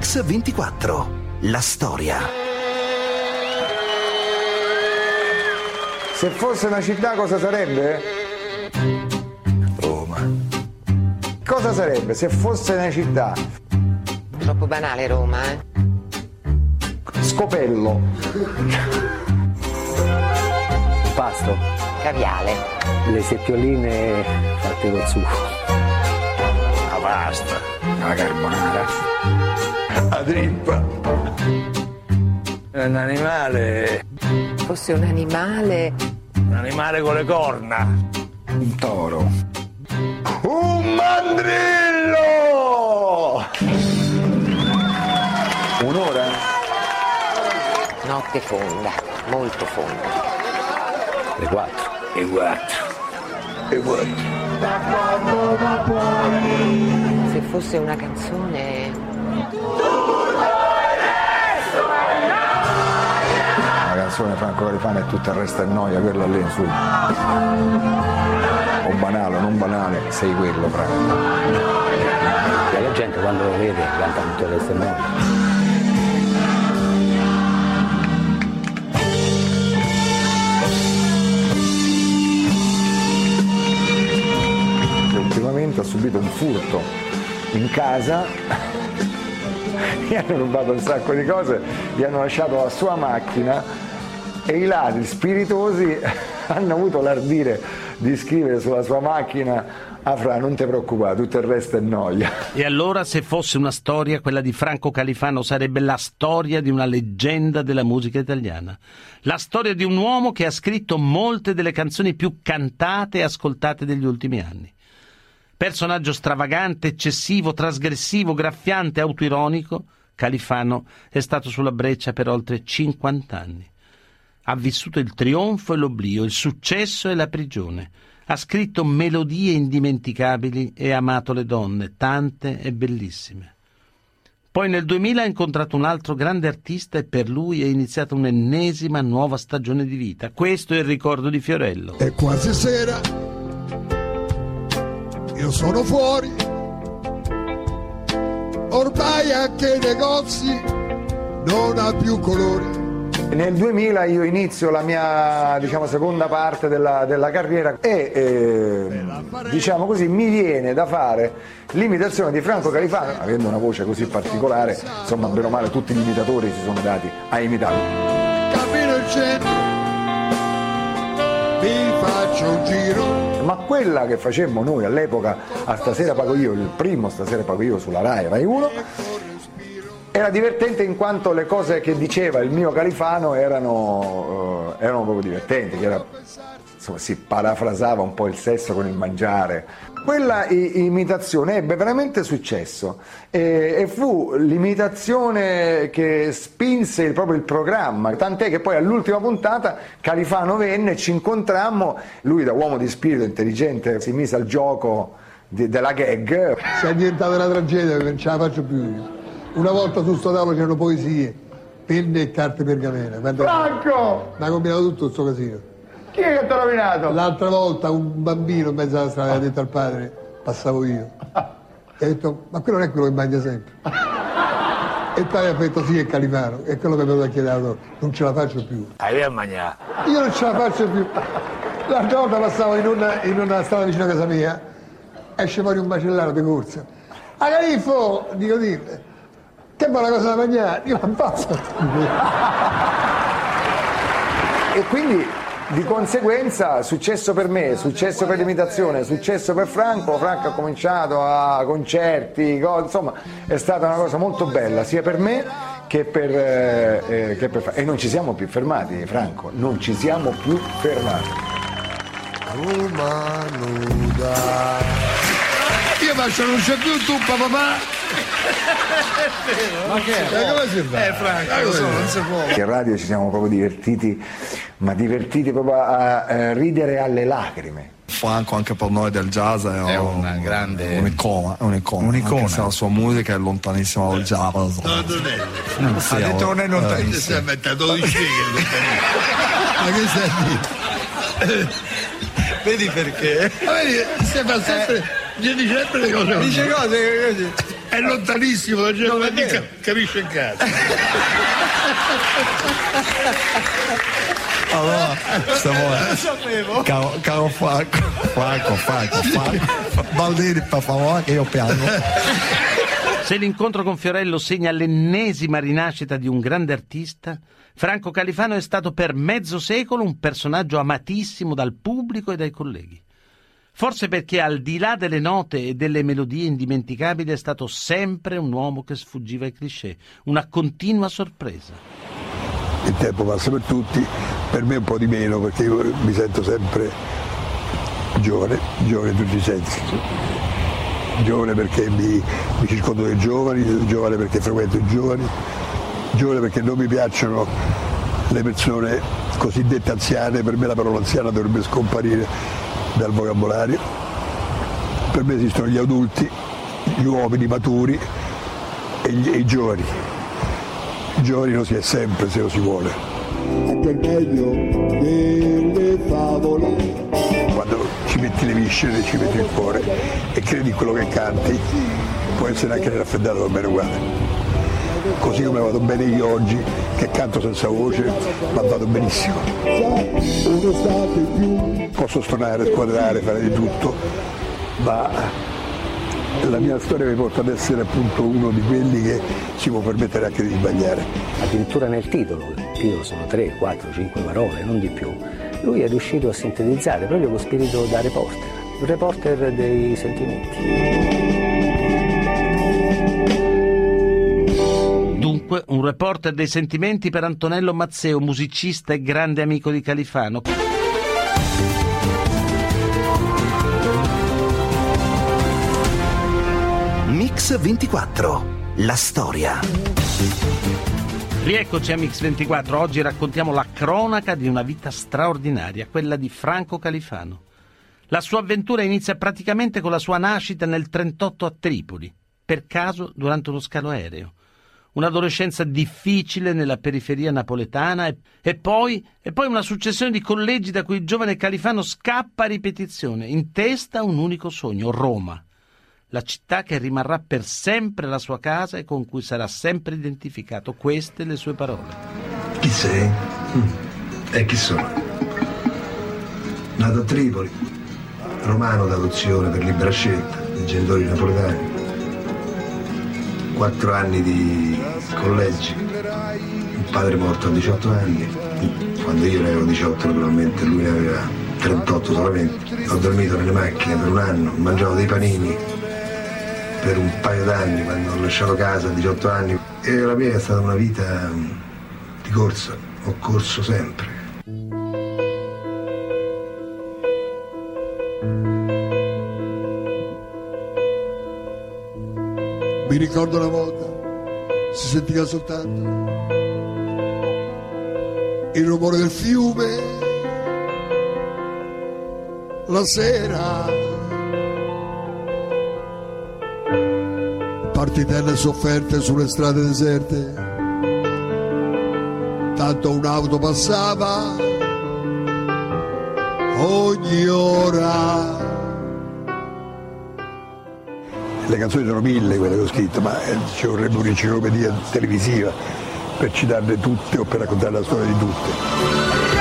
Mix24. La storia. Se fosse una città cosa sarebbe? Roma. Cosa sarebbe se fosse una città? Troppo banale Roma, eh? Scopello. Pasto. Caviale. Le seppioline fatte col sugo. La pasta. La carbonara. La trippa. Un animale. Fosse un animale. Un animale con le corna. Un toro. Un mandrillo! Un'ora? Notte fonda, molto fonda. Le 4. E 4. Se fosse una canzone. La canzone Franco Califano e tutto il resto è noia, quella lì su. O banale o non banale, sei quello, Franco. E la gente quando lo vede canta tutto il resto è noia. Ultimamente ha subito un furto in casa, gli hanno rubato un sacco di cose, gli hanno lasciato la sua macchina e i ladri spiritosi hanno avuto l'ardire di scrivere sulla sua macchina: Fra, non ti preoccupare, tutto il resto è noia. E allora, se fosse una storia, quella di Franco Califano sarebbe la storia di una leggenda della musica italiana. La storia di un uomo che ha scritto molte delle canzoni più cantate e ascoltate degli ultimi anni. Personaggio stravagante, eccessivo, trasgressivo, graffiante, autoironico, Califano è stato sulla breccia per oltre 50 anni. Ha vissuto il trionfo e l'oblio, il successo e la prigione. Ha scritto melodie indimenticabili e amato le donne, tante e bellissime. Poi nel 2000 ha incontrato un altro grande artista e per lui è iniziata un'ennesima nuova stagione di vita. Questo è il ricordo di Fiorello. È quasi sera, io sono fuori, ormai anche i negozi non ha più colori. Nel 2000 io inizio la mia, seconda parte della carriera e diciamo così, mi viene da fare l'imitazione di Franco Califano. Avendo una voce così particolare, insomma, bene o male tutti gli imitatori si sono dati a imitarlo. Cammino il centro, mi faccio un giro. Ma quella che facemmo noi all'epoca a Stasera Pago Io, il primo Stasera Pago Io sulla Rai 1, era divertente in quanto le cose che diceva il mio Califano erano proprio divertenti, si parafrasava un po' il sesso con il mangiare. Quella imitazione ebbe veramente successo e fu l'imitazione che spinse proprio il programma, tant'è che poi all'ultima puntata Califano venne, ci incontrammo, lui da uomo di spirito intelligente si mise al gioco della gag. Si è diventata una tragedia perché non ce la faccio più io. Una volta su sto tavolo c'erano poesie, penne e carte pergamene. Franco! Mi ha combinato tutto questo casino. Chi è che ti ha rovinato? L'altra volta un bambino in mezzo alla strada ha detto al padre, passavo io. E ha detto, ma quello non è quello che mangia sempre. E il padre ha detto, sì, è Califano. E quello che mi ha chiesto, non ce la faccio più. Hai a mangiare. Io non ce la faccio più. L'altra volta passavo in una strada vicino a casa mia, esce fuori un macellaro di corsa. A Califfo! Dico, che buona cosa da mangiare, io ammazzo. E quindi di conseguenza successo per me, successo per l'imitazione, successo per Franco ha cominciato a concerti, insomma è stata una cosa molto bella sia per me che per Franco. E non ci siamo più fermati, Franco, non ci siamo più fermati. Roma nuda. Io faccio non c'è più tu papà. Ma che è? Come si fa? Franco, non si può. In radio ci siamo proprio divertiti, ma divertiti proprio a ridere alle lacrime. Franco anche per noi del jazz è una grande un'icona. Anche se la sua musica è lontanissima dal jazz. Ha detto non è lontanissima. Si è inventato 12 spieghi. Ma che stai a dire? Vedi perché? Ma vedi, si fa sempre, dice sempre le cose. Dice cose così. è lontanissimo da gente, capisce in casa. Allora, stavolta caro Franco, Baldini per favore che io piango. Se l'incontro con Fiorello segna l'ennesima rinascita di un grande artista, Franco Califano è stato per mezzo secolo un personaggio amatissimo dal pubblico e dai colleghi. Forse perché al di là delle note e delle melodie indimenticabili è stato sempre un uomo che sfuggiva ai cliché, una continua sorpresa. Il tempo passa per tutti, per me un po' di meno, perché io mi sento sempre giovane in tutti i sensi. Giovane perché mi circondo dei giovani, giovane perché frequento i giovani, giovane perché non mi piacciono le persone cosiddette anziane. Per me la parola anziana dovrebbe scomparire dal vocabolario. Per me esistono gli adulti, gli uomini maturi e i giovani. I giovani lo si è sempre se lo si vuole. Anche il meglio delle favole. Quando ci metti le viscere, ci metti il cuore e credi in quello che canti, può essere anche raffreddato, va bene uguale. Così come vado bene io oggi, che canto senza voce, ma vado benissimo. Posso stonare, squadrare, fare di tutto, ma la mia storia mi porta ad essere appunto uno di quelli che si può permettere anche di sbagliare. Addirittura nel titolo sono 3, 4, 5 parole, non di più. Lui è riuscito a sintetizzare proprio con spirito da reporter dei sentimenti. Dunque, un reporter dei sentimenti per Antonello Mazzeo, musicista e grande amico di Califano. Mix 24, la storia. Rieccoci a Mix 24, oggi raccontiamo la cronaca di una vita straordinaria, quella di Franco Califano. La sua avventura inizia praticamente con la sua nascita nel 1938 a Tripoli, per caso durante uno scalo aereo. Un'adolescenza difficile nella periferia napoletana e poi una successione di collegi da cui il giovane Califano scappa a ripetizione, in testa un unico sogno, Roma. La città che rimarrà per sempre la sua casa e con cui sarà sempre identificato. Queste le sue parole. Chi sei? E chi sono? Nato a Tripoli, romano d'adozione per libera scelta, di genitori napoletani. 4 anni di collegi, un padre morto a 18 anni, quando io ne avevo 18 naturalmente, lui ne aveva 38 solamente. Ho dormito nelle macchine per un anno, mangiavo dei panini per un paio d'anni quando ho lasciato casa a 18 anni e la mia è stata una vita di corsa, ho corso sempre. Mi ricordo una volta, si sentiva soltanto il rumore del fiume, la sera. Partitelle sofferte sulle strade deserte, tanto un'auto passava ogni ora. Le canzoni sono 1000 quelle che ho scritto, ma ci vorrebbe un'enciclopedia televisiva per citarle tutte o per raccontare la storia di tutte.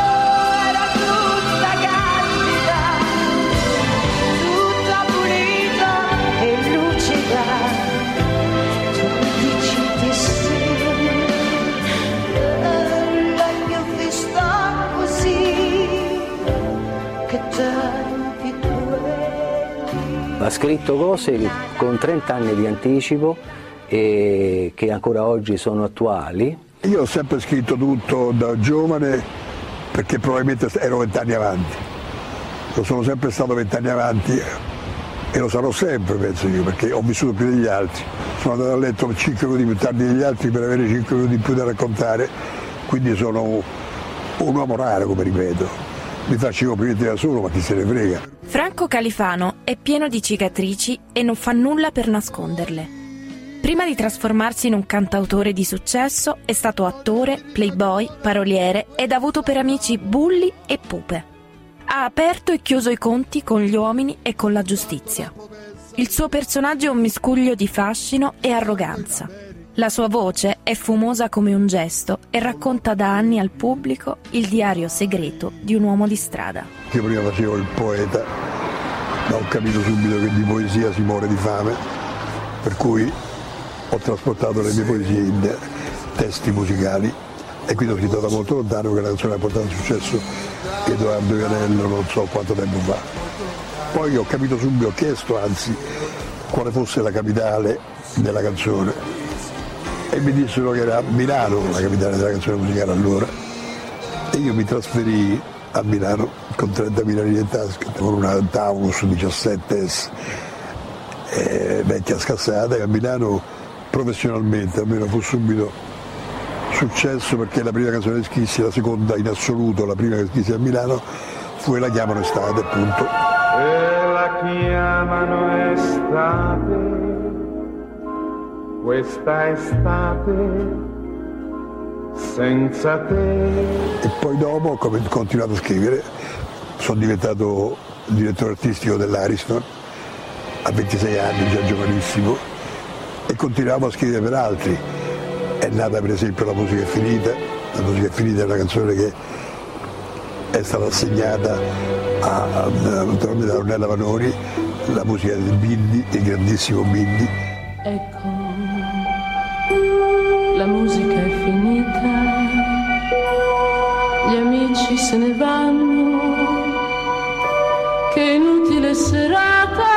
Ha scritto cose con 30 anni di anticipo e che ancora oggi sono attuali. Io ho sempre scritto tutto da giovane perché probabilmente ero 20 anni avanti. Lo sono sempre stato 20 anni avanti e lo sarò sempre, penso io, perché ho vissuto più degli altri. Sono andato a letto 5 minuti più tardi degli altri per avere 5 minuti in più da raccontare, quindi sono un uomo raro, come ripeto. Mi faccio i complimenti da solo, ma chi se ne frega. Franco Califano è pieno di cicatrici e non fa nulla per nasconderle. Prima di trasformarsi in un cantautore di successo è stato attore, playboy, paroliere ed ha avuto per amici bulli e pupe. Ha aperto e chiuso i conti con gli uomini e con la giustizia. Il suo personaggio è un miscuglio di fascino e arroganza. La sua voce è fumosa come un gesto e racconta da anni al pubblico il diario segreto di un uomo di strada. Io prima facevo il poeta, ma ho capito subito che di poesia si muore di fame, per cui ho trasportato le mie poesie in testi musicali e quindi ho scritto da molto lontano che la canzone ha portato successo Edoardo Vianello non so quanto tempo fa. Poi ho capito subito, ho chiesto anzi quale fosse la capitale della canzone e mi dissero che era Milano la capitale della canzone musicale allora e io mi trasferii a Milano con 30.000 lire in tasca, con una Taunus 17S vecchia scassata, e a Milano professionalmente almeno fu subito successo perché la prima canzone che scrissi, la seconda in assoluto, la prima che scrissi a Milano fu E la chiamano estate, appunto. E la chiamano estate, questa estate senza te. E poi dopo ho continuato a scrivere, sono diventato direttore artistico dell'Ariston a 26 anni, già giovanissimo, e continuavo a scrivere per altri. È nata per esempio La musica è finita. La musica è finita è una canzone che è stata assegnata a Ornella Vanoni, la musica del Bindi, il grandissimo Bindi. Ecco, la musica è finita, gli amici se ne vanno, che inutile serata.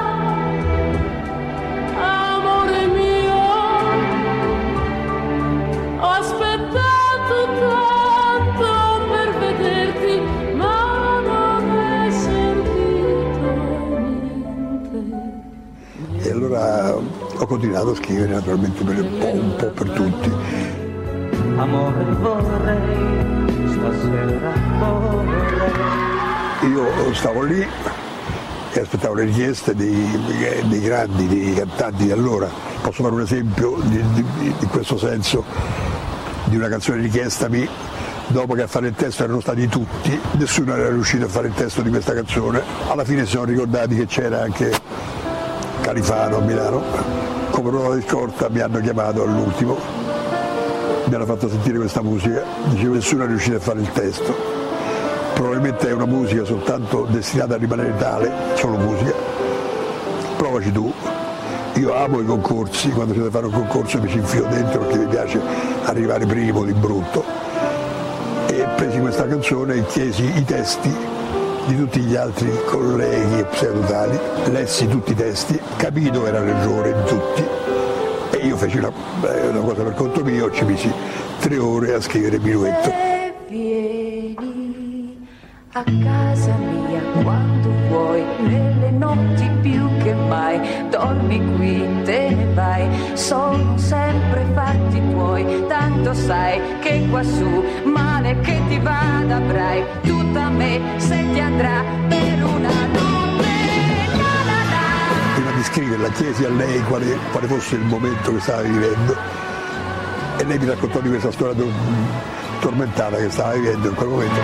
E allora ho continuato a scrivere naturalmente un po' per tutti. Amore vorrei, stasera vorrei. Io stavo lì e aspettavo le richieste dei grandi, dei cantanti di allora. Posso fare un esempio di questo senso, di una canzone richiestami dopo che a fare il testo erano stati tutti, nessuno era riuscito a fare il testo di questa canzone. Alla fine si sono ricordati che c'era anche Califano a Milano. Come ruolo di scorta mi hanno chiamato all'ultimo, mi hanno fatto sentire questa musica, dicevo nessuno è riuscito a fare il testo, probabilmente è una musica soltanto destinata a rimanere tale, solo musica, provaci tu. Io amo i concorsi, quando c'è da fare un concorso mi ci infilo dentro perché mi piace arrivare primo di brutto, e presi questa canzone e chiesi i testi di tutti gli altri colleghi pseudotali, lessi tutti i testi, capii dove era l'errore di tutti e io feci una cosa per conto mio, ci misi 3 ore a scrivere Minuetto. Vieni a casa mia quando vuoi, nelle notti più che mai, dormi qui, te ne vai, sono sempre fatti tuoi, tanto sai che quassù male che ti vada avrai, tutta me se ti andrà per una notte. Prima di scriverla chiesi a lei quale fosse il momento che stava vivendo e lei mi raccontò di questa storia tormentata che stava vivendo in quel momento.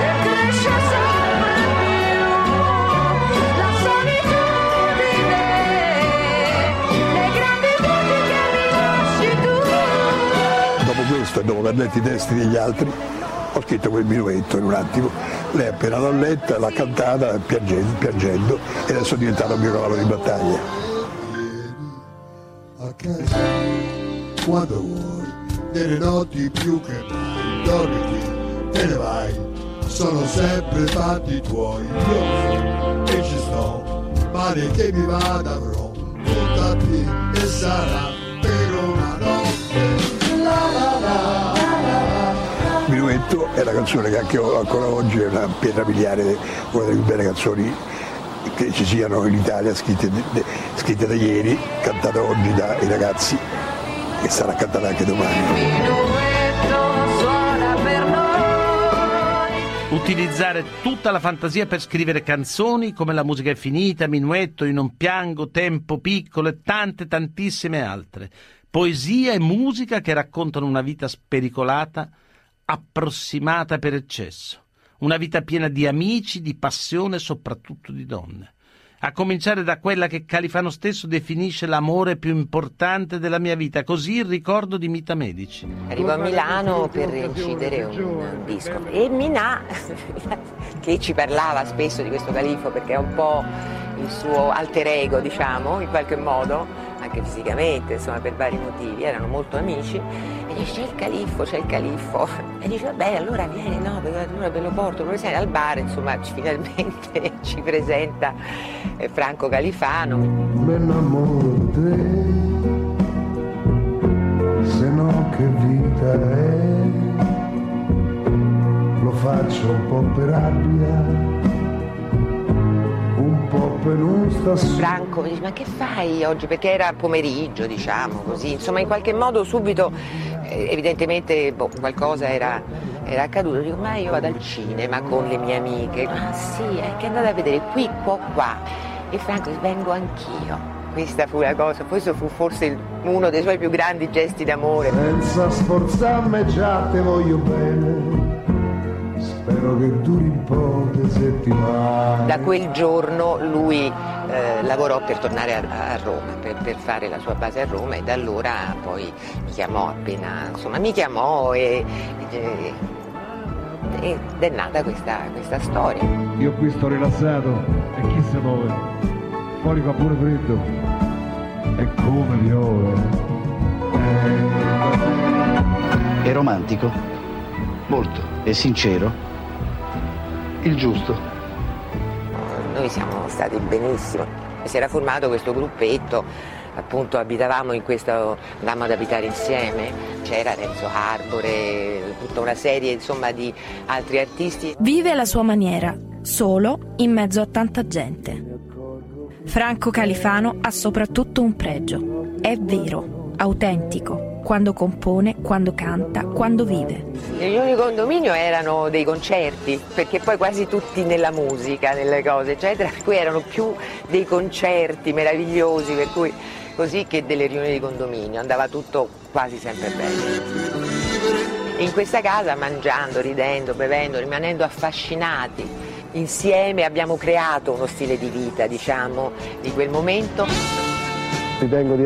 Dopo questo e dopo aver letto i testi degli altri ho scritto quel Minuetto in un attimo, lei appena l'ha letta, l'ha cantata piangendo e adesso è diventato il mio cavallo di battaglia. A casa quando vuoi, nelle notti più che mai, dormi qui, te ne vai, sono sempre fatti tuoi, io e ci sto, male che mi vada avrò, tutta a te e sarà per una notte. Minuetto è una canzone che anche ancora oggi è una pietra miliare, una delle più belle canzoni che ci siano in Italia, scritte da ieri, cantata oggi dai ragazzi e sarà cantata anche domani. Utilizzare tutta la fantasia per scrivere canzoni come La musica è finita, Minuetto, Io non piango, Tempo piccolo e tantissime altre. Poesia e musica che raccontano una vita spericolata, approssimata per eccesso. Una vita piena di amici, di passione e soprattutto di donne. a cominciare da quella che Califano stesso definisce l'amore più importante della mia vita, così il ricordo di Mita Medici. Arrivo a Milano per incidere un disco e Minà, che ci parlava spesso di questo Califfo perché è un po' il suo alter ego, diciamo, in qualche modo, anche fisicamente, insomma, per vari motivi, erano molto amici, e dice c'è il Califfo, e dice vabbè, allora vieni, no, allora ve lo porto, lo presenta al bar, insomma, finalmente ci presenta Franco Califano. Me innamoro di te, se no che vita è, lo faccio un po' per rabbia, un po' per un stasera. Franco mi dice ma che fai oggi? Perché era pomeriggio, diciamo così, insomma in qualche modo subito evidentemente qualcosa era accaduto. Dico ma io vado al cinema con le mie amiche. Ah sì, che andate a vedere qui, qua. E Franco dice vengo anch'io. Questa fu la cosa, questo fu forse uno dei suoi più grandi gesti d'amore. Senza sforzarmi già te voglio bene, spero che duri un po' di settimane. Da quel giorno lui lavorò per tornare a Roma, per fare la sua base a Roma, e da allora poi mi chiamò ed è nata questa storia. Io qui sto rilassato e chi si muove? Fuori fa pure freddo e come piove. È romantico? Molto. È sincero? Il giusto. Noi siamo stati benissimo, si era formato questo gruppetto, appunto abitavamo andavamo ad abitare insieme, c'era Renzo Arbore, tutta una serie insomma di altri artisti. Vive alla sua maniera, solo in mezzo a tanta gente. Franco Califano ha soprattutto un pregio, è vero, autentico. Quando compone, quando canta, quando vive. Le riunioni di condominio erano dei concerti, perché poi quasi tutti nella musica, nelle cose, eccetera, per cui erano più dei concerti meravigliosi, per cui così che delle riunioni di condominio, andava tutto quasi sempre bene. In questa casa, mangiando, ridendo, bevendo, rimanendo affascinati, insieme abbiamo creato uno stile di vita, diciamo, di quel momento. Ritengo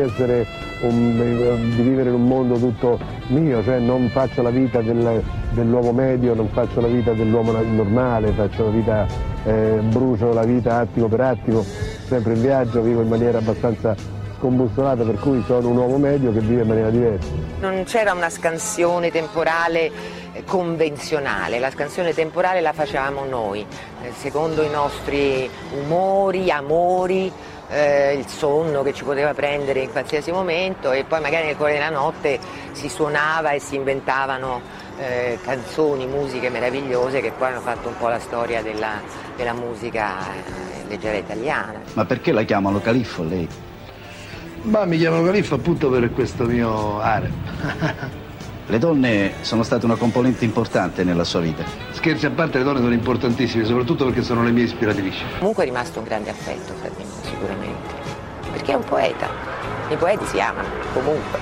di vivere in un mondo tutto mio, cioè non faccio la vita dell'uomo medio, non faccio la vita dell'uomo normale, faccio la vita, brucio la vita attimo per attimo, sempre in viaggio, vivo in maniera abbastanza scombussolata, per cui sono un uomo medio che vive in maniera diversa. Non c'era una scansione temporale convenzionale, la scansione temporale la facevamo noi, secondo i nostri umori, amori, il sonno che ci poteva prendere in qualsiasi momento, e poi magari nel cuore della notte si suonava e si inventavano canzoni, musiche meravigliose che poi hanno fatto un po' la storia della musica leggera italiana. Ma perché la chiamano Califfo lei? Ma mi chiamano Califfo appunto per questo mio harem. Le donne sono state una componente importante nella sua vita. Scherzi a parte, le donne sono importantissime, soprattutto perché sono le mie ispiratrici. Comunque è rimasto un grande affetto fra di noi, sicuramente, perché è un poeta, i poeti si amano, comunque.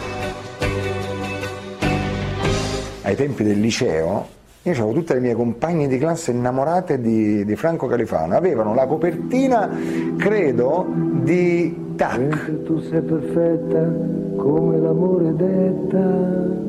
Ai tempi del liceo, io avevo tutte le mie compagne di classe innamorate di Franco Califano, avevano la copertina, credo, di Tac. Tu sei perfetta come l'amore detta.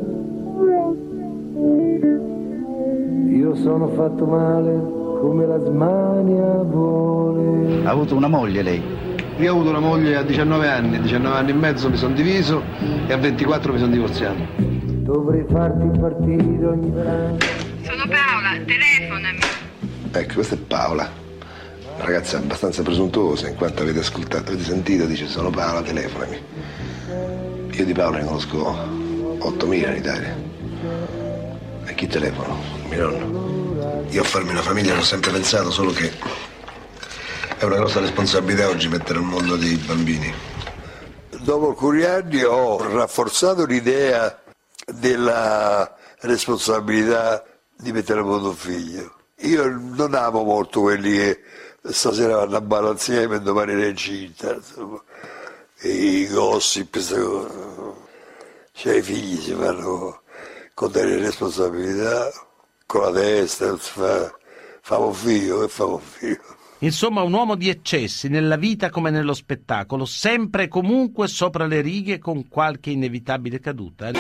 Io sono fatto male come la smania vuole. Ha avuto una moglie lei? Io ho avuto una moglie a 19 anni, 19 anni e mezzo mi sono diviso e a 24 mi sono divorziato. Dovrei farti partire ogni brano. Sono Paola, telefonami. Ecco, questa è Paola, una ragazza abbastanza presuntuosa, in quanto avete sentito, dice sono Paola, telefonami. Io di Paola ne conosco 8.000 in Italia. E chi telefono? Mio nonno. Io a farmi una famiglia non ho sempre pensato, solo che è una grossa responsabilità oggi mettere al mondo dei bambini. Dopo alcuni anni ho rafforzato l'idea della responsabilità di mettere al mondo un figlio. Io non amo molto quelli che stasera vanno a ballare insieme e domani è incinta, insomma. E i gossip, cioè i figli si fanno con delle responsabilità, con la testa, non si fa un figlio, che fa un figlio? Insomma, un uomo di eccessi nella vita come nello spettacolo, sempre e comunque sopra le righe con qualche inevitabile caduta.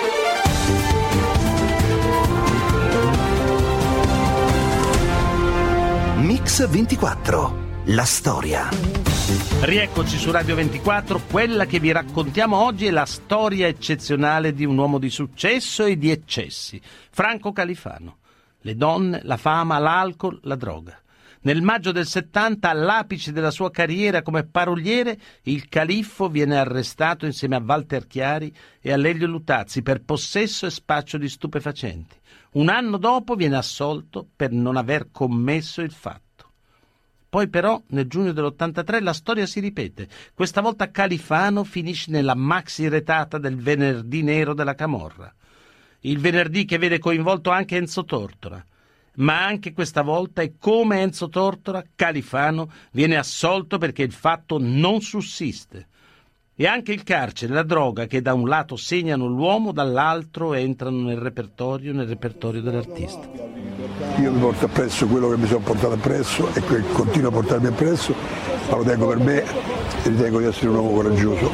Mix 24, la storia. Rieccoci su Radio 24, quella che vi raccontiamo oggi è la storia eccezionale di un uomo di successo e di eccessi, Franco Califano. Le donne, la fama, l'alcol, la droga. Nel maggio del 70, all'apice della sua carriera come paroliere, il califfo viene arrestato insieme a Walter Chiari e a Lelio Lutazzi per possesso e spaccio di stupefacenti. Un anno dopo viene assolto per non aver commesso il fatto. Poi però, nel giugno dell'83, la storia si ripete. Questa volta Califano finisce nella maxi retata del venerdì nero della Camorra. Il venerdì che vede coinvolto anche Enzo Tortora. Ma anche questa volta, e come Enzo Tortora, Califano viene assolto perché il fatto non sussiste. E anche il carcere e la droga, che da un lato segnano l'uomo, dall'altro entrano nel repertorio dell'artista. Io mi porto appresso quello che mi sono portato appresso e che continuo a portarmi appresso, ma lo tengo per me e ritengo di essere un uomo coraggioso,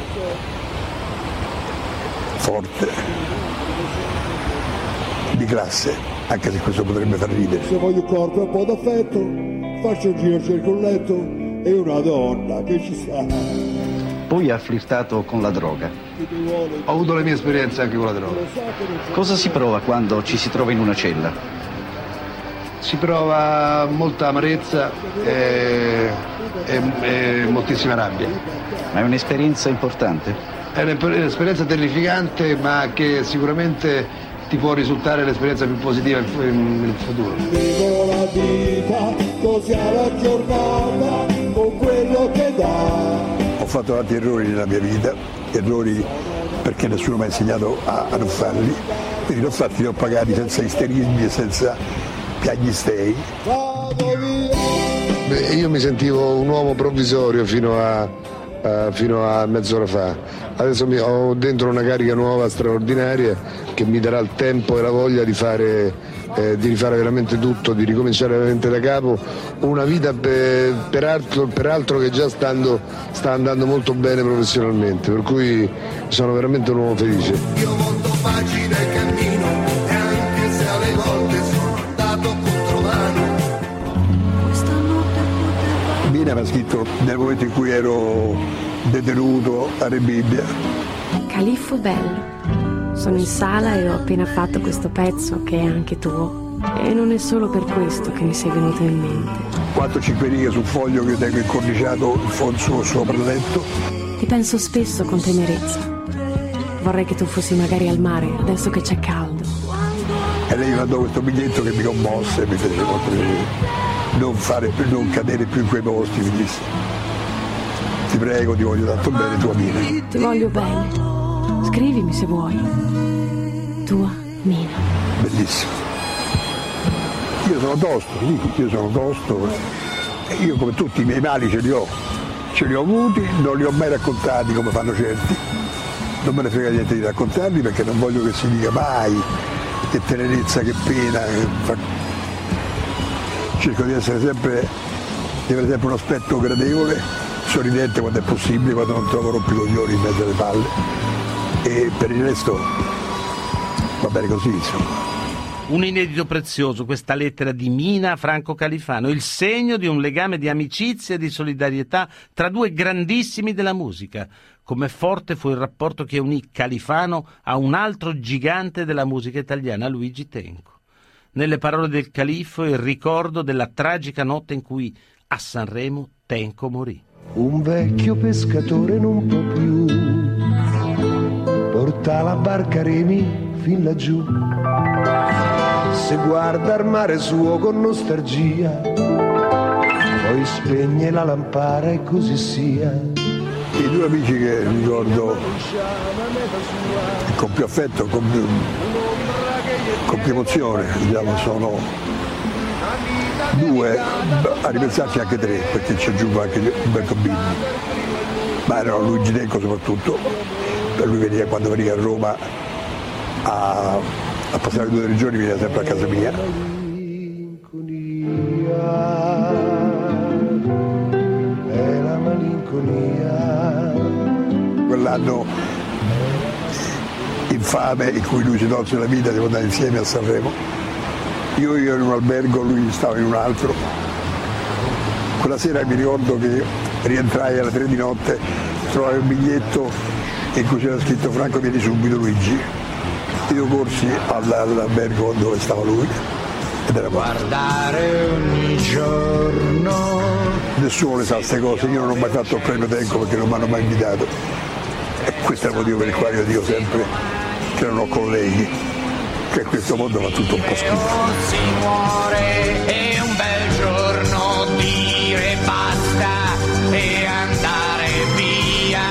forte, di classe. Anche se questo potrebbe far ridere. Se voglio un corpo e un po' d'affetto, faccio un giro, cerco un letto e una donna che ci sta. Poi ha flirtato con la droga. Ho avuto le mie esperienze anche con la droga. Cosa si prova quando ci si trova in una cella? Si prova molta amarezza e moltissima rabbia. Ma è un'esperienza importante? È un'esperienza terrificante, ma che sicuramente ti può risultare l'esperienza più positiva nel futuro. Vivo la vita così alla giornata con quello che dà. Ho fatto tanti errori nella mia vita, errori perché nessuno mi ha insegnato a non farli, quindi l'ho fatti, li ho pagati senza isterismi e senza piagnistei. Io mi sentivo un uomo provvisorio fino a mezz'ora fa. Adesso ho dentro una carica nuova, straordinaria, che mi darà il tempo e la voglia di rifare veramente tutto, di ricominciare veramente da capo, una vita peraltro che già sta andando molto bene professionalmente, per cui sono veramente un uomo felice. Io molto facile cammino e anche se alle volte sono andato contromano. Mina mi ha scritto nel momento in cui ero detenuto a Rebibbia. Califfo bello. Sono in sala e ho appena fatto questo pezzo che è anche tuo. E non è solo per questo che mi sei venuto in mente. 4-5 righe sul foglio che tengo incorniciato sopra il letto. Ti penso spesso con tenerezza. Vorrei che tu fossi magari al mare adesso che c'è caldo. E lei mi mandò questo biglietto che mi commosse, mi fece molto piacere. Non cadere più in quei posti, mi disse. Ti prego, ti voglio tanto bene, tua Mina. Ti voglio bene. Scrivimi se vuoi. Tua Mina. Bellissimo. Io sono tosto. Io come tutti i miei mali ce li ho avuti, non li ho mai raccontati come fanno certi. Non me ne frega niente di raccontarli perché non voglio che si dica mai che tenerezza, che pena. Cerco di avere sempre un aspetto gradevole, sorridente quando è possibile, quando non trovo rompicoglioni in mezzo alle palle, e per il resto va bene così, insomma. Un inedito prezioso, questa lettera di Mina a Franco Califano, il segno di un legame di amicizia e di solidarietà tra due grandissimi della musica. Come forte fu il rapporto che unì Califano a un altro gigante della musica italiana, Luigi Tenco. Nelle parole del califfo il ricordo della tragica notte in cui a Sanremo Tenco morì. Un vecchio pescatore non può più, porta la barca remi fin laggiù, se guarda il mare suo con nostalgia, poi spegne la lampara e così sia. I due amici che ricordo con più affetto, con più emozione, diciamo, sono due, a ripensarci anche tre, perché ci aggiungo anche Umberto Bindi, ma erano Luigi Tenco soprattutto. Per lui veniva, quando veniva a Roma a passare 2 o 3 giorni, veniva sempre a casa mia. melancolia. Quell'anno infame in cui lui si tolse la vita, siamo andati insieme a Sanremo. Io ero in un albergo, lui stava in un altro. Quella sera mi ricordo che rientrai alle 3 di notte, trovai un biglietto in cui c'era scritto Franco vieni subito Luigi. Io corsi all'albergo dove stava lui ed era guardare ogni giorno. Nessuno le sa queste cose, io non ho mai fatto il premio Tenco perché non mi hanno mai invitato. E questo è il motivo per il quale io dico sempre che non ho colleghi, che questo mondo fa tutto un po' schifo. Si muore e un bel giorno dire basta e andare via.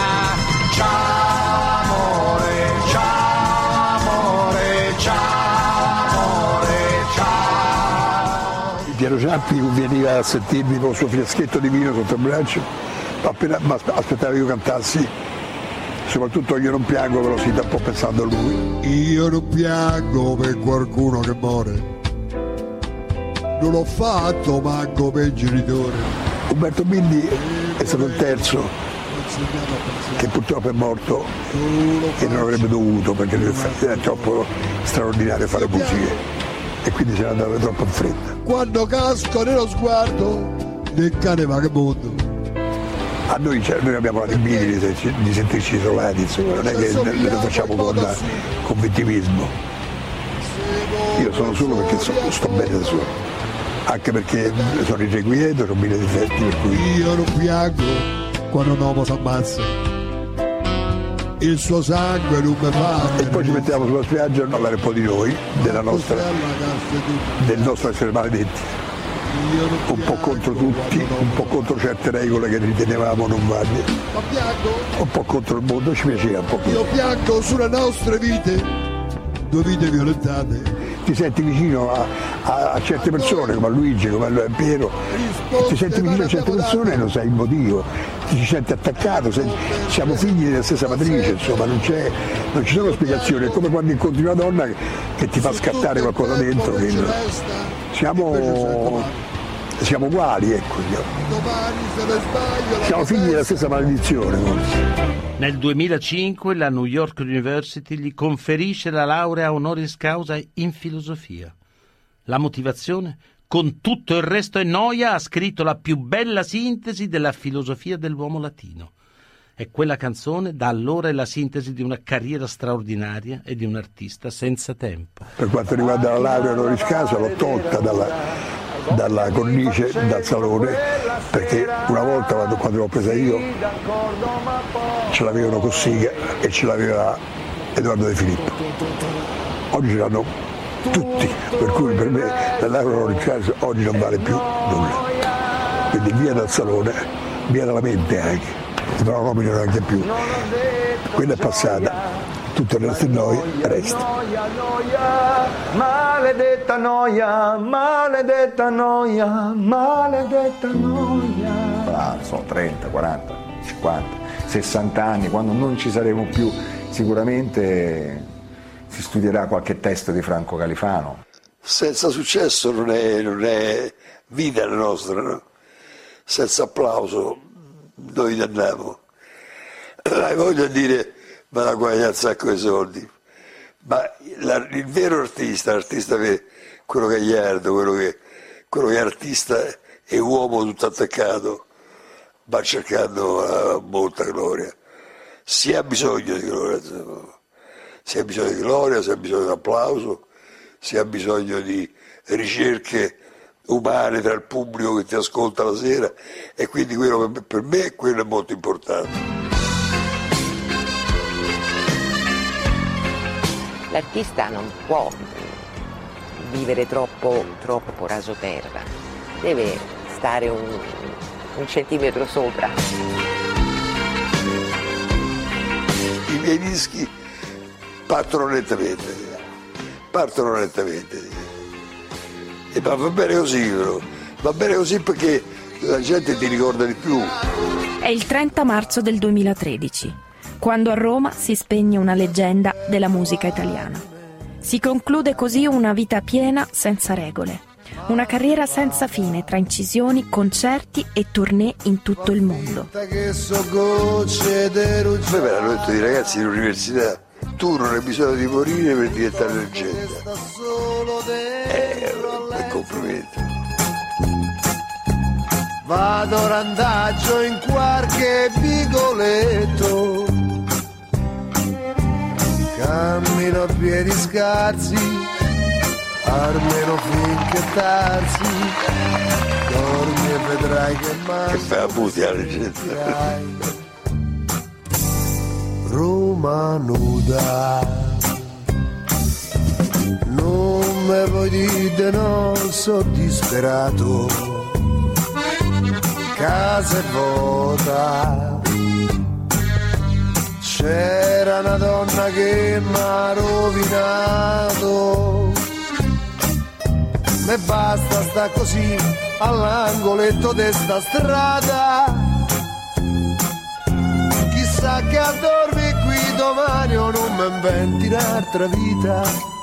Ciao amore, ciao amore, ciao amore, ciao. Piero Ciampi veniva a sentirmi con il suo fiaschetto di vino sotto il braccio, appena aspettava che io cantassi. Soprattutto Io non piango, però si sta un po' pensando a lui. Io non piango per qualcuno che muore, non l'ho fatto manco per i genitori. Umberto Bindi è stato il terzo che purtroppo è morto e non avrebbe dovuto perché era troppo straordinario fare musiche e quindi se ne andava troppo in fretta. Quando casco nello sguardo del cane vagabondo. A noi abbiamo la timidità di sentirci isolati, insomma, non è che lo facciamo con vittimismo. Io sono solo perché sto bene da solo, anche perché sono irrequieto, ho mille difetti per cui. Io non piango quando un uomo si ammazza, il suo sangue non mi fa. E poi ci mettiamo sulla spiaggia a parlare un po' di noi, del nostro essere maledetti. Un po' contro tutti, un po' contro certe regole che ritenevamo non valide, un po' contro il mondo, ci piaceva un po'. Io piango sulle nostre vite, 2 vite violentate. Ti senti vicino a certe persone, come a Luigi, come a Piero, ti senti vicino a certe persone e non sai il motivo, ti ci senti attaccato, siamo figli della stessa matrice, insomma non ci sono spiegazioni, è come quando incontri una donna che ti fa scattare qualcosa dentro, che siamo uguali, ecco. Siamo figli della stessa maledizione. Nel 2005 la New York University gli conferisce la laurea honoris causa in filosofia. La motivazione? Con tutto il resto è noia, ha scritto la più bella sintesi della filosofia dell'uomo latino. E quella canzone da allora è la sintesi di una carriera straordinaria e di un artista senza tempo. Per quanto riguarda la laurea honoris causa l'ho tolta dalla cornice, dal salone, perché una volta quando l'ho presa io ce l'avevano Cossiga e ce l'aveva Edoardo De Filippo. Oggi ce l'hanno tutti, per cui per me la laurea honoris causa oggi non vale più nulla. Quindi via dal salone, via dalla mente anche, non la nomino neanche più. Quella è passata. Tutto il resto di noi resta. Maledetta noia, maledetta noia, maledetta noia. Sono 30, 40, 50, 60 anni, quando non ci saremo più, sicuramente si studierà qualche testo di Franco Califano. Senza successo non è vita la nostra, no? Senza applauso noi andiamo. Hai voglia di dire ma da guadagnare un sacco di soldi, ma il vero artista, quello che è Iardo, quello che è artista e uomo tutto attaccato, va cercando molta gloria. Si ha bisogno di gloria, si ha bisogno di gloria, si ha bisogno di applauso, si ha bisogno di ricerche umane tra il pubblico che ti ascolta la sera, e quindi quello per me quello è molto importante. L'artista non può vivere troppo rasoterra, deve stare un centimetro sopra. I miei dischi partono lentamente, e va bene così, però. Va bene così perché la gente ti ricorda di più. È il 30 marzo del 2013. Quando a Roma si spegne una leggenda della musica italiana. Si conclude così una vita piena senza regole. una carriera senza fine tra incisioni, concerti e tournée in tutto il mondo. Poi mi hanno detto i ragazzi dell'università: tu non hai bisogno di morire per diventare leggenda. Complimenti. Vado randaggio in qualche vicoletto, cammino a piedi scarsi, almeno finché tarsi, dormi e vedrai che mai. Che fai a buti la leggenda. Roma nuda, non me vuoi dire no, so disperato, casa è vuota, c'era una donna che m'ha rovinato, me basta sta così all'angoletto de sta strada, chissà che addormi qui domani o non mi inventi un'altra vita.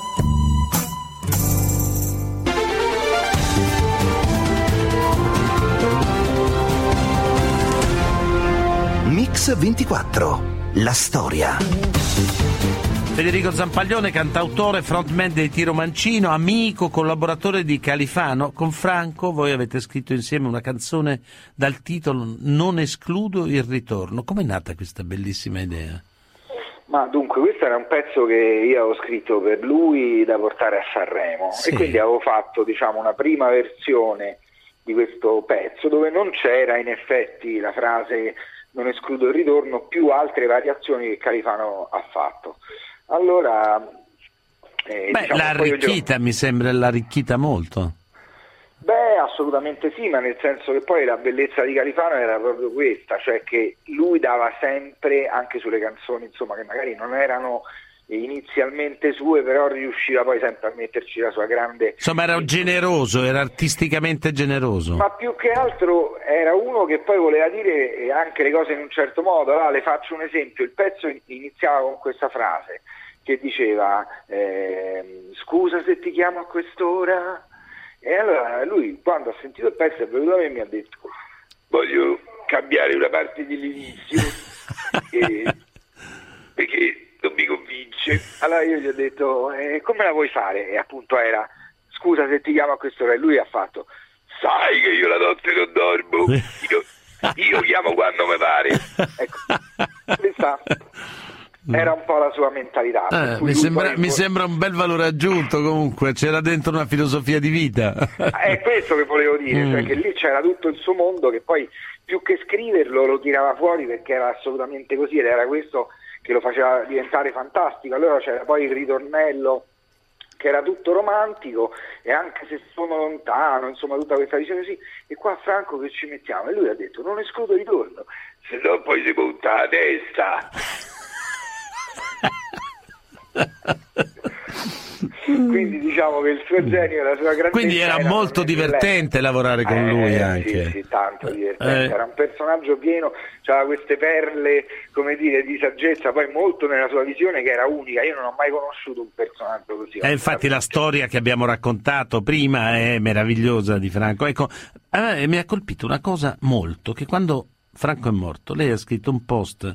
Mix 24, la storia. Federico Zampaglione, cantautore, frontman dei Tiro Mancino, amico, collaboratore di Califano. Con Franco voi avete scritto insieme una canzone dal titolo Non escludo il ritorno. Com'è nata questa bellissima idea? Ma dunque, questo era un pezzo che io avevo scritto per lui da portare a Sanremo, sì. E quindi avevo fatto, diciamo, una prima versione di questo pezzo dove non c'era in effetti la frase non escludo il ritorno, più altre variazioni che Califano ha fatto. Allora diciamo, l'ha arricchita, mi sembra l'ha arricchita molto. Beh, assolutamente sì, ma nel senso che poi la bellezza di Califano era proprio questa, cioè che lui dava sempre, anche sulle canzoni insomma che magari non erano inizialmente sue, però riusciva poi sempre a metterci la sua grande... Insomma era generoso, era artisticamente generoso. Ma più che altro era uno che poi voleva dire anche le cose in un certo modo. Allora, le faccio un esempio, il pezzo iniziava con questa frase che diceva scusa se ti chiamo a quest'ora, e allora lui quando ha sentito il pezzo è venuto a me e mi ha detto voglio cambiare una parte dell'inizio perché non mi convince. Allora io gli ho detto come la vuoi fare? E appunto era scusa se ti chiamo a quest'ora, e lui ha fatto sai che io la notte non dormo, io chiamo quando mi pare. Ecco, questa era un po' la sua mentalità. Mi sembra un bel valore aggiunto, comunque c'era dentro una filosofia di vita. È questo che volevo dire, cioè che lì c'era tutto il suo mondo che poi più che scriverlo lo tirava fuori perché era assolutamente così, ed era questo che lo faceva diventare fantastico. Allora c'era poi il ritornello che era tutto romantico, e anche se sono lontano, insomma tutta questa visione così, e qua Franco che ci mettiamo? E lui ha detto non escludo il ritorno, se no poi si monta la testa. Quindi diciamo che il suo genio e la sua grandezza. Quindi era molto divertente lavorare con lui anche. Sì, tanto divertente. Era un personaggio pieno, c'aveva queste perle, come dire, di saggezza, poi molto nella sua visione che era unica. Io non ho mai conosciuto un personaggio così. Infatti la storia che abbiamo raccontato prima è meravigliosa di Franco. Ecco, a me mi ha colpito una cosa molto, che quando Franco è morto lei ha scritto un post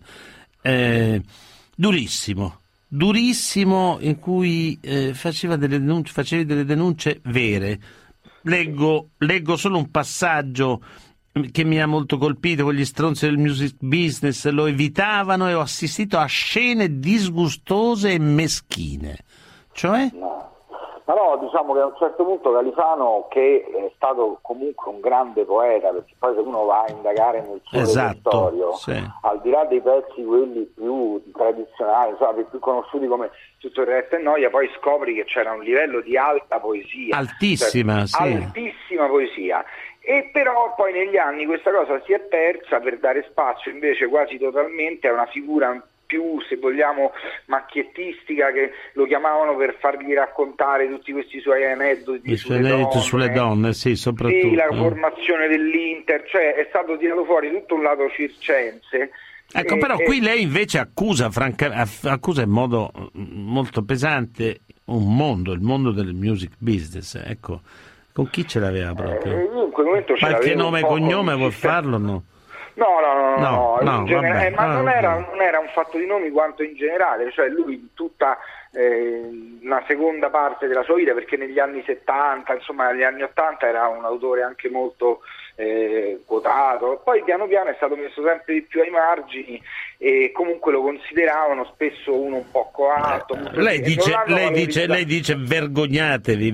durissimo in cui facevi delle denunce vere. Leggo solo un passaggio che mi ha molto colpito: quegli stronzi del music business lo evitavano e ho assistito a scene disgustose e meschine. Cioè? Ma no, diciamo che a un certo punto Califano, che è stato comunque un grande poeta, perché poi se uno va a indagare nel suo repertorio, sì, al di là dei pezzi quelli più tradizionali, insomma, più conosciuti come Tutto il resto è noia, poi scopri che c'era un livello di alta poesia. Altissima, cioè, sì. Altissima poesia. E però poi negli anni questa cosa si è persa per dare spazio invece quasi totalmente a una figura più, se vogliamo, macchiettistica, che lo chiamavano per fargli raccontare tutti questi suoi aneddoti sulle donne, sì, soprattutto. Sì, la formazione dell'Inter, cioè è stato tirato fuori tutto un lato circense. Ecco, però qui lei invece accusa in modo molto pesante il mondo del music business, ecco. Con chi ce l'aveva proprio? Io in quel momento ce qualche l'avevo nome e cognome vuol farlo? No. No, No, vabbè. ma non era un fatto di nomi quanto in generale, cioè lui tutta una seconda parte della sua vita, perché negli anni 70, insomma negli anni 80 era un autore anche molto quotato, poi piano piano è stato messo sempre di più ai margini e comunque lo consideravano spesso uno un po' coatto. Lei dice vergognatevi.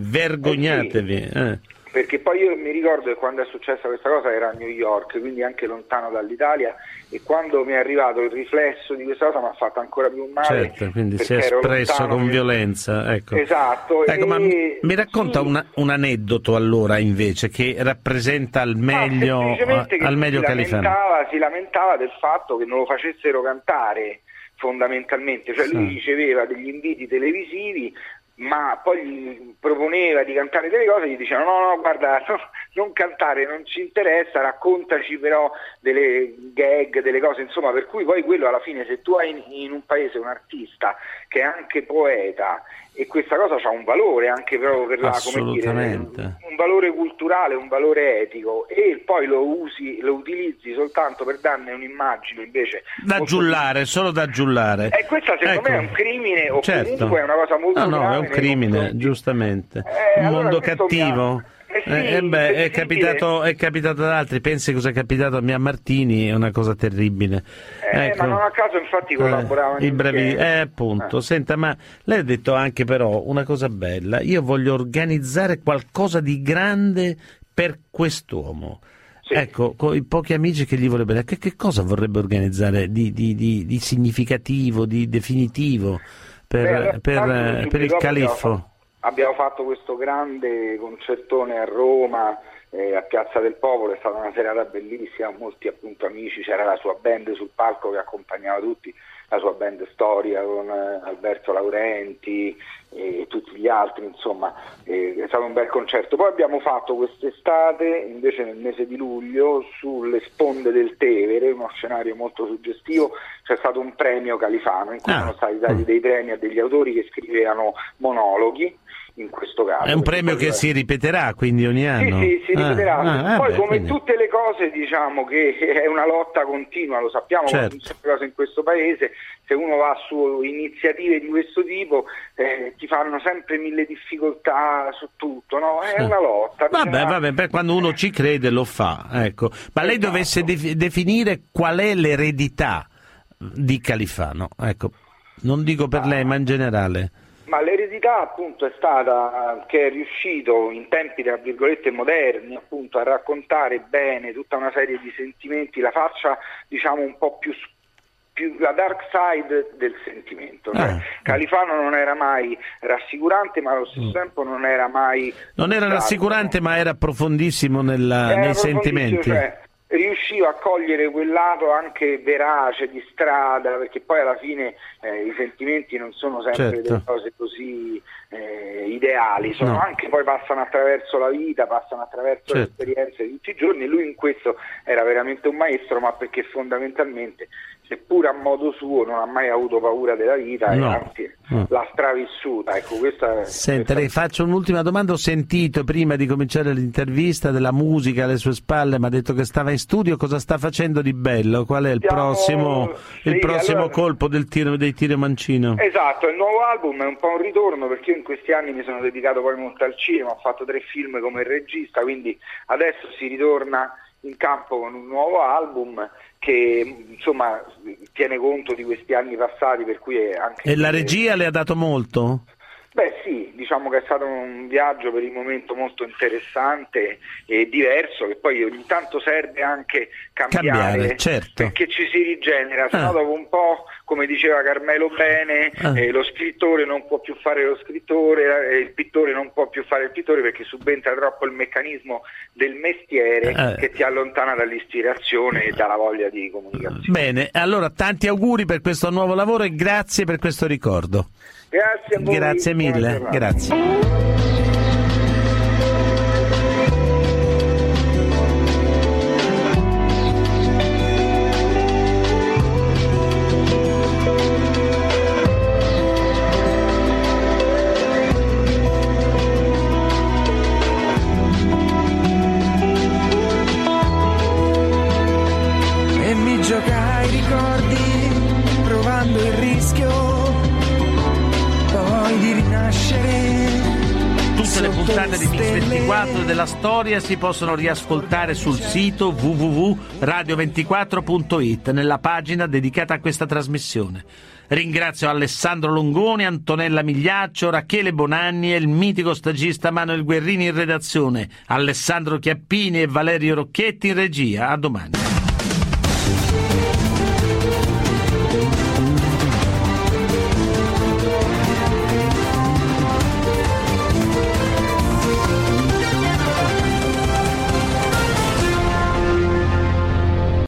Sì. Perché poi io mi ricordo che quando è successa questa cosa era a New York, quindi anche lontano dall'Italia, e quando mi è arrivato il riflesso di questa cosa mi ha fatto ancora più male. Certo, quindi si è espresso con violenza. Ecco. Esatto. Ecco, ma mi racconta un aneddoto allora invece che rappresenta al meglio Califano. Si lamentava del fatto che non lo facessero cantare fondamentalmente, cioè lui riceveva degli inviti televisivi, ma poi gli proponeva di cantare delle cose, gli dicevano no guarda, non cantare, non ci interessa, raccontaci però delle gag, delle cose, insomma, per cui poi quello alla fine, se tu hai in un paese un artista che è anche poeta, e questa cosa ha un valore anche proprio per un valore culturale, un valore etico, e poi lo utilizzi soltanto per darne un'immagine invece solo da giullare, e questa secondo me è un crimine, o comunque è una cosa molto grave. È un crimine, giustamente. Un mondo cattivo. È capitato ad altri. Pensi cosa è capitato a Mia Martini, è una cosa terribile. Ma non a caso infatti collaboravano appunto. Senta, ma lei ha detto anche però una cosa bella: io voglio organizzare qualcosa di grande per quest'uomo. Sì. Ecco, con i pochi amici che gli vorrebbe, che cosa vorrebbe organizzare di significativo, di definitivo per il califfo? Abbiamo fatto questo grande concertone a Roma, a Piazza del Popolo, è stata una serata bellissima, molti appunto amici, c'era la sua band sul palco che accompagnava tutti, la sua band Storia con Alberto Laurenti e tutti gli altri, insomma è stato un bel concerto. Poi abbiamo fatto quest'estate, invece nel mese di luglio, sulle sponde del Tevere, uno scenario molto suggestivo, c'è stato un premio Califano in cui sono stati dati dei premi a degli autori che scrivevano monologhi. In questo caso è un premio che si ripeterà quindi ogni anno. Sì, si ripeterà. Poi come tutte le cose, diciamo che è una lotta continua, lo sappiamo, come tutte le cose in questo paese, se uno va su iniziative di questo tipo ti fanno sempre mille difficoltà su tutto, no? È una lotta. Vabbè, per quando uno ci crede lo fa, ecco. Ma lei dovesse definire qual è l'eredità di Califano, ecco, non dico per lei ma in generale. Ma l'eredità appunto è stata che è riuscito in tempi tra virgolette moderni appunto a raccontare bene tutta una serie di sentimenti, la faccia diciamo un po' più la dark side del sentimento. Califano non era mai rassicurante, ma allo stesso tempo non era mai... Non era rassicurante, ma era profondissimo nei sentimenti. Cioè, riusciva a cogliere quel lato anche verace, di strada, perché poi alla fine i sentimenti non sono sempre delle cose così ideali, sono anche, poi passano attraverso la vita, passano attraverso le esperienze di tutti i giorni. Lui in questo era veramente un maestro, ma perché fondamentalmente, seppur a modo suo, non ha mai avuto paura della vita e anzi l'ha stravissuta. Ecco, Senta, le faccio un'ultima domanda. Ho sentito prima di cominciare l'intervista della musica alle sue spalle, mi ha detto che stava in studio. Cosa sta facendo di bello? Qual è il prossimo colpo dei Tiro Mancino? Esatto, il nuovo album è un po' un ritorno, perché io in questi anni mi sono dedicato poi molto al cinema, ho fatto 3 film come regista, quindi adesso si ritorna in campo con un nuovo album che insomma tiene conto di questi anni passati, per cui è anche... E la regia le ha dato molto? Beh sì, diciamo che è stato un viaggio per il momento molto interessante e diverso, che poi ogni tanto serve anche cambiare perché ci si rigenera, sennò dopo un po', come diceva Carmelo Bene, lo scrittore non può più fare lo scrittore, il pittore non può più fare il pittore, perché subentra troppo il meccanismo del mestiere che ti allontana dall'ispirazione e dalla voglia di comunicazione. Bene, allora tanti auguri per questo nuovo lavoro e grazie per questo ricordo. Grazie a voi. Grazie mille, grazie. ai ricordi, provando il rischio poi di rinascere. Tutte le puntate di Mix24 della storia si possono riascoltare sul sito www.radio24.it nella pagina dedicata a questa trasmissione. Ringrazio Alessandro Longoni, Antonella Migliaccio, Rachele Bonanni e il mitico stagista Manuel Guerrini in redazione, Alessandro Chiappini e Valerio Rocchetti in regia. A domani.